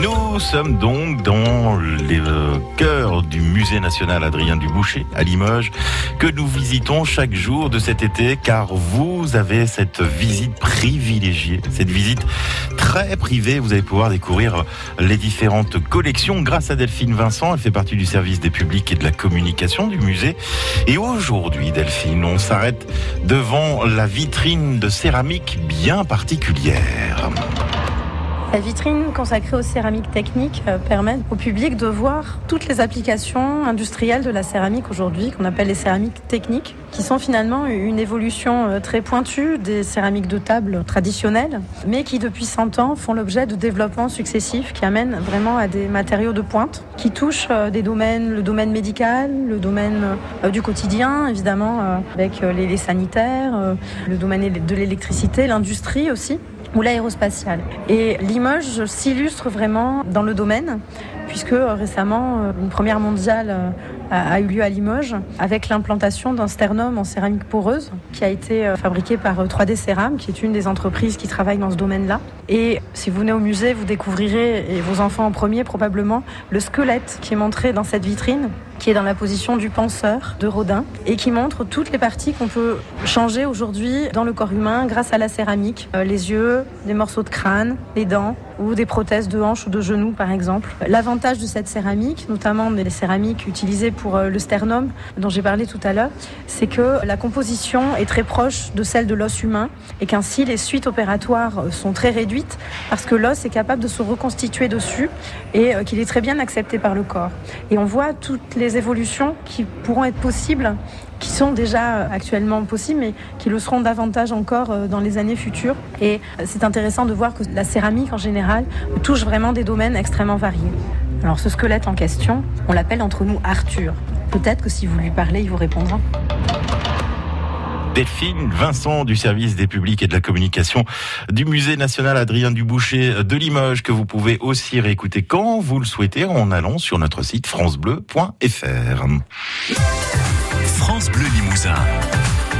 Nous sommes donc dans le cœur du musée national Adrien Dubouché à Limoges que nous visitons chaque jour de cet été car vous avez cette visite privilégiée, cette visite très privée. Vous allez pouvoir découvrir les différentes collections grâce à Delphine Vincent. Elle fait partie du service des publics et de la communication du musée. Et aujourd'hui, Delphine, on s'arrête devant la vitrine de céramique bien particulière. La vitrine consacrée aux céramiques techniques permet au public de voir toutes les applications industrielles de la céramique aujourd'hui, qu'on appelle les céramiques techniques, qui sont finalement une évolution très pointue des céramiques de table traditionnelles, mais qui depuis 100 ans font l'objet de développements successifs qui amènent vraiment à des matériaux de pointe, qui touchent des domaines, le domaine médical, le domaine du quotidien, évidemment, avec les sanitaires, le domaine de l'électricité, l'industrie aussi, ou l'aérospatiale. Et Limoges s'illustre vraiment dans le domaine, puisque récemment, une première mondiale a eu lieu à Limoges, avec l'implantation d'un sternum en céramique poreuse, qui a été fabriqué par 3D Céram, qui est une des entreprises qui travaillent dans ce domaine-là. Et si vous venez au musée, vous découvrirez, et vos enfants en premier probablement, le squelette qui est montré dans cette vitrine, qui est dans la position du penseur de Rodin, et qui montre toutes les parties qu'on peut changer aujourd'hui dans le corps humain grâce à la céramique. Les yeux, des morceaux de crâne, les dents, ou des prothèses de hanches ou de genoux par exemple. L'avantage de cette céramique, notamment des céramiques utilisées pour le sternum dont j'ai parlé tout à l'heure, c'est que la composition est très proche de celle de l'os humain et qu'ainsi les suites opératoires sont très réduites parce que l'os est capable de se reconstituer dessus et qu'il est très bien accepté par le corps. Et on voit toutes les évolutions qui pourront être possibles, qui sont déjà actuellement possibles, mais qui le seront davantage encore dans les années futures. Et c'est intéressant de voir que la céramique, en général, touche vraiment des domaines extrêmement variés. Alors ce squelette en question, on l'appelle entre nous Arthur. Peut-être que si vous lui parlez, il vous répondra. Delphine Vincent du service des publics et de la communication du musée national Adrien Dubouché de Limoges, que vous pouvez aussi réécouter quand vous le souhaitez en allant sur notre site francebleu.fr. France Bleu Limousin.